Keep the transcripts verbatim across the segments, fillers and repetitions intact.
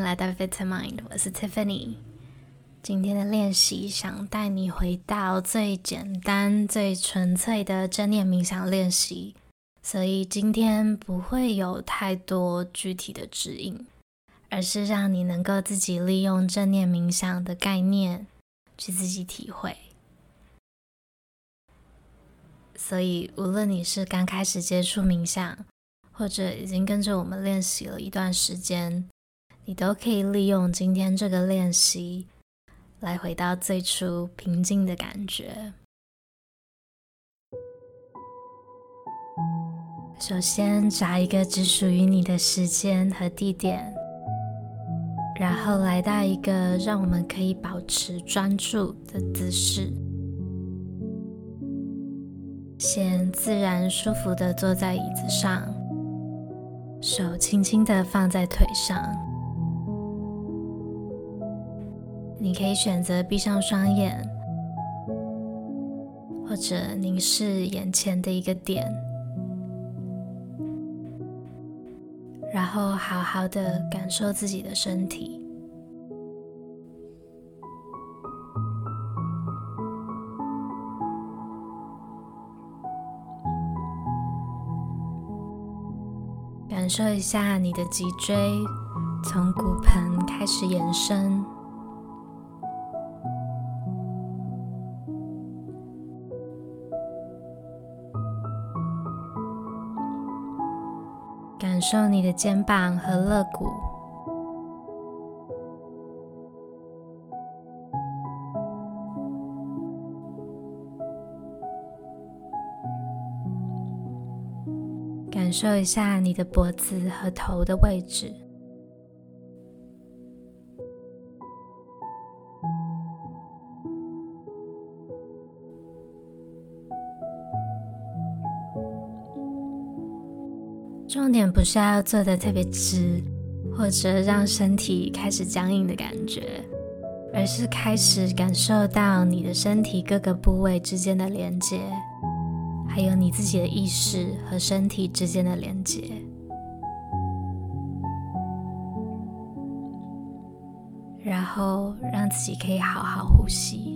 来到 Vitamind， 我是 Tiffany。今天的练习想带你回到最简单、最纯粹的正念冥想练习，所以今天不会有太多具体的指引，而是让你能够自己利用正念冥想的概念去自己体会。所以无论你是刚开始接触冥想，或者已经跟着我们练习了一段时间，你都可以利用今天这个练习来回到最初平静的感觉。首先找一个只属于你的时间和地点，然后来到一个让我们可以保持专注的姿势。先自然舒服地坐在椅子上，手轻轻地放在腿上。你可以选择闭上双眼，或者凝视眼前的一个点，然后好好的感受自己的身体。感受一下你的脊椎从骨盆开始延伸，感受你的肩膀和肋骨，感受一下你的脖子和头的位置。重点不是要做得特别直，或者让身体开始僵硬的感觉，而是开始感受到你的身体各个部位之间的连接，还有你自己的意识和身体之间的连接。然后让自己可以好好呼吸。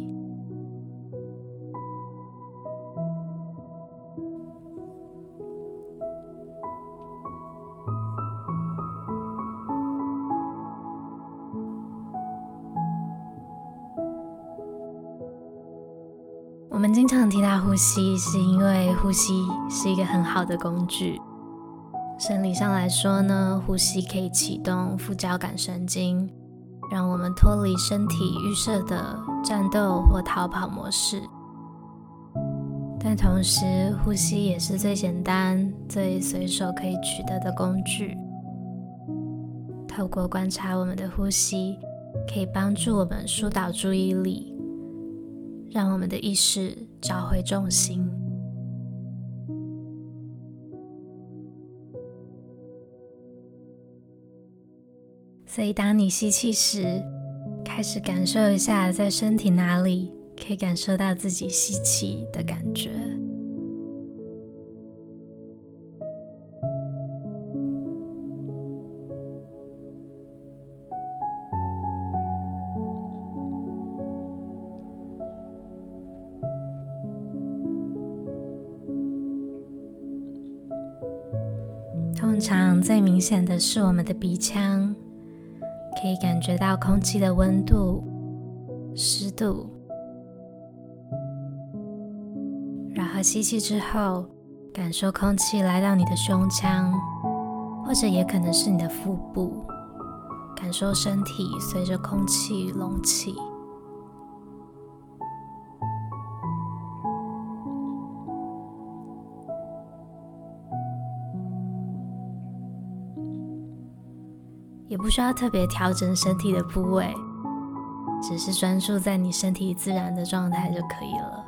我们经常提到呼吸，是因为呼吸是一个很好的工具。生理上来说呢，呼吸可以启动副交感神经，让我们脱离身体预设的战斗或逃跑模式。但同时，呼吸也是最简单、最随手可以取得的工具。透过观察我们的呼吸，可以帮助我们疏导注意力，让我们的意识找回重心。所以当你吸气时，开始感受一下在身体哪里可以感受到自己吸气的感觉。通常最明显的是我们的鼻腔，可以感觉到空气的温度、湿度。然后吸气之后，感受空气来到你的胸腔，或者也可能是你的腹部，感受身体随着空气隆起。也不需要特别调整身体的部位，只是专注在你身体自然的状态就可以了。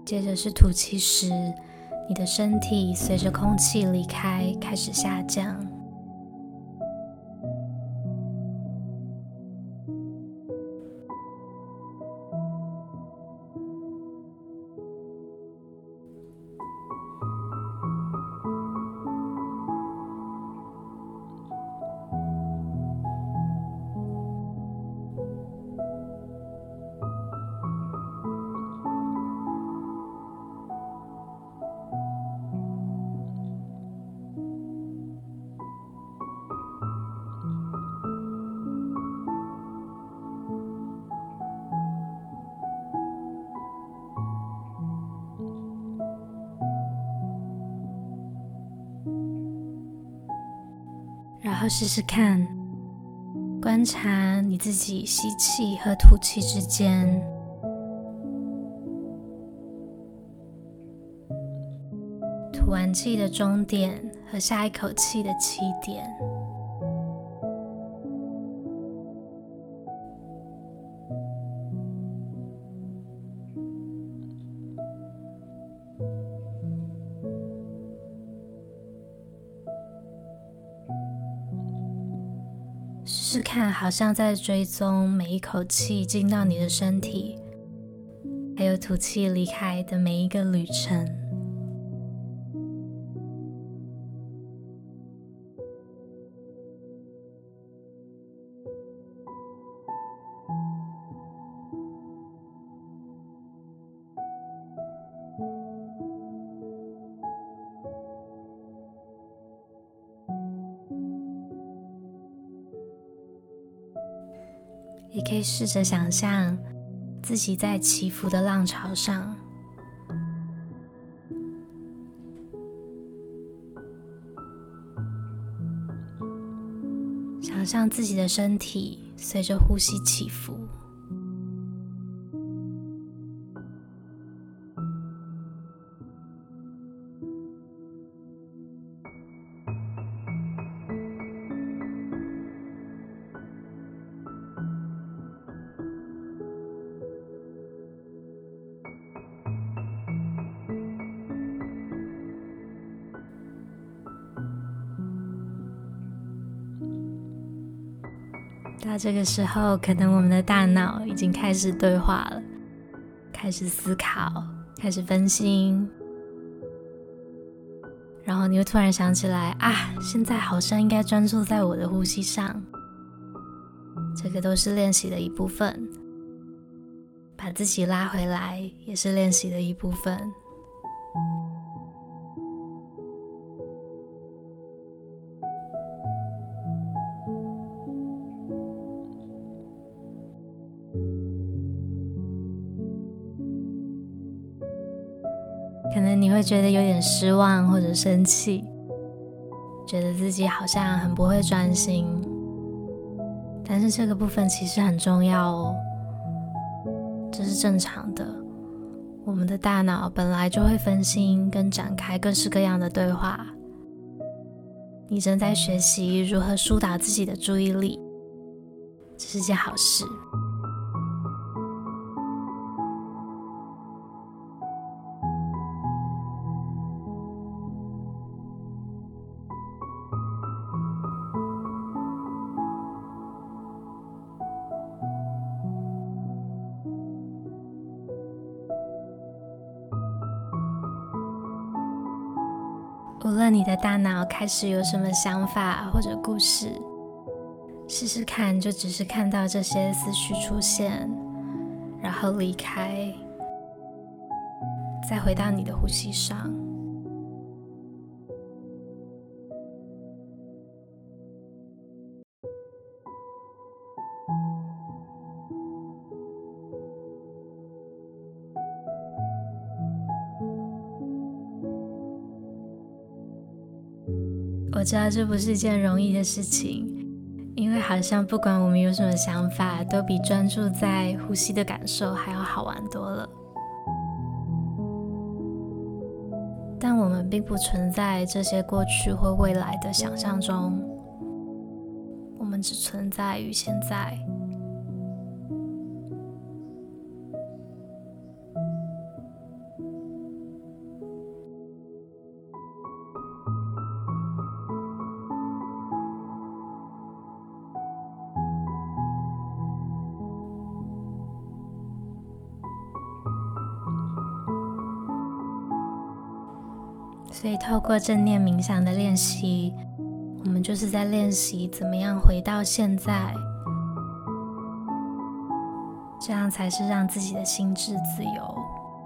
接着是吐气时，你的身体随着空气离开开始下降。然后试试看，观察你自己吸气和吐气之间，吐完气的终点和下一口气的起点。试试看，好像在追踪每一口气进到你的身体，还有吐气离开的每一个旅程。也可以试着想象自己在起伏的浪潮上，想象自己的身体随着呼吸起伏。到这个时候，可能我们的大脑已经开始对话了，开始思考，开始分心，然后你会突然想起来啊，现在好像应该专注在我的呼吸上。这个都是练习的一部分，把自己拉回来也是练习的一部分。可能你会觉得有点失望或者生气，觉得自己好像很不会专心，但是这个部分其实很重要哦，这是正常的。我们的大脑本来就会分心跟展开各式各样的对话，你正在学习如何疏导自己的注意力，这是件好事。无论你的大脑开始有什么想法或者故事，试试看，就只是看到这些思绪出现，然后离开，再回到你的呼吸上。我知道这不是一件容易的事情，因为好像不管我们有什么想法，都比专注在呼吸的感受还要好玩多了。但我们并不存在这些过去或未来的想象中，我们只存在于现在。 所以透过正念冥想的练习，我们就是在练习怎么样回到现在，这样才是让自己的心智自由。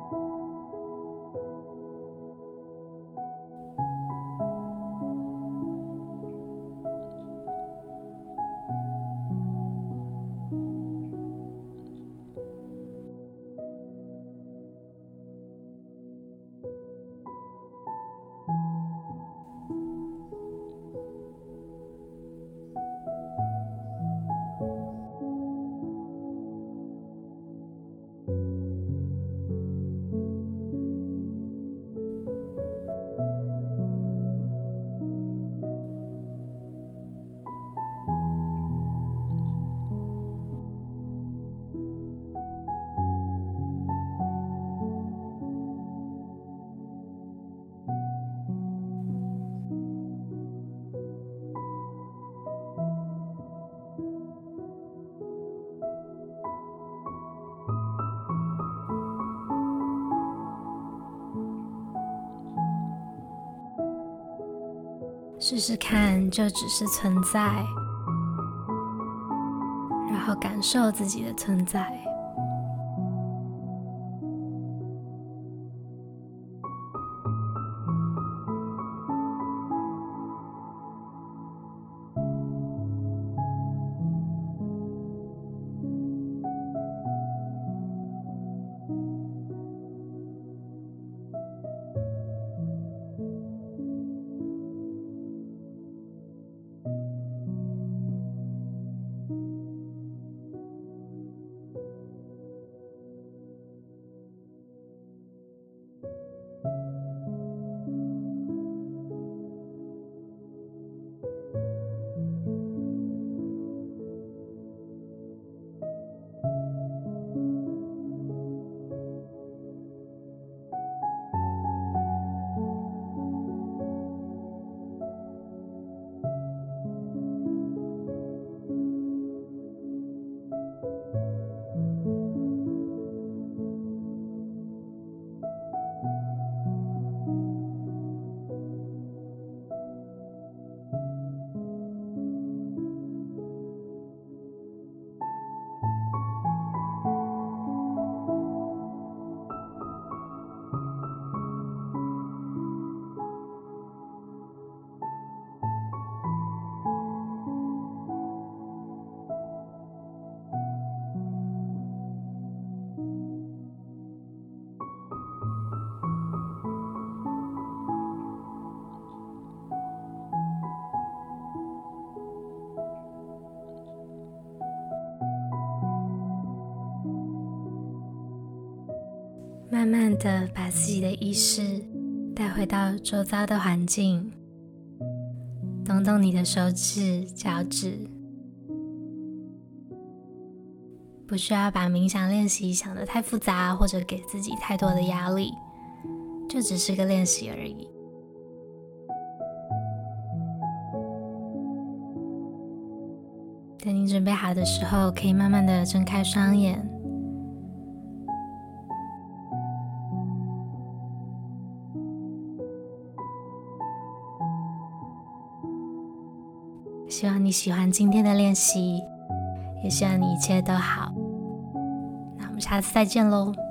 试试看，就只是存在，然后感受自己的存在。慢慢的把自己的意识带回到周遭的环境，动动你的手指、脚趾，不需要把冥想练习想得太复杂，或者给自己太多的压力，就只是个练习而已。等你准备好的时候，可以慢慢的睁开双眼。希望你喜欢今天的练习，也希望你一切都好。那我们下次再见喽。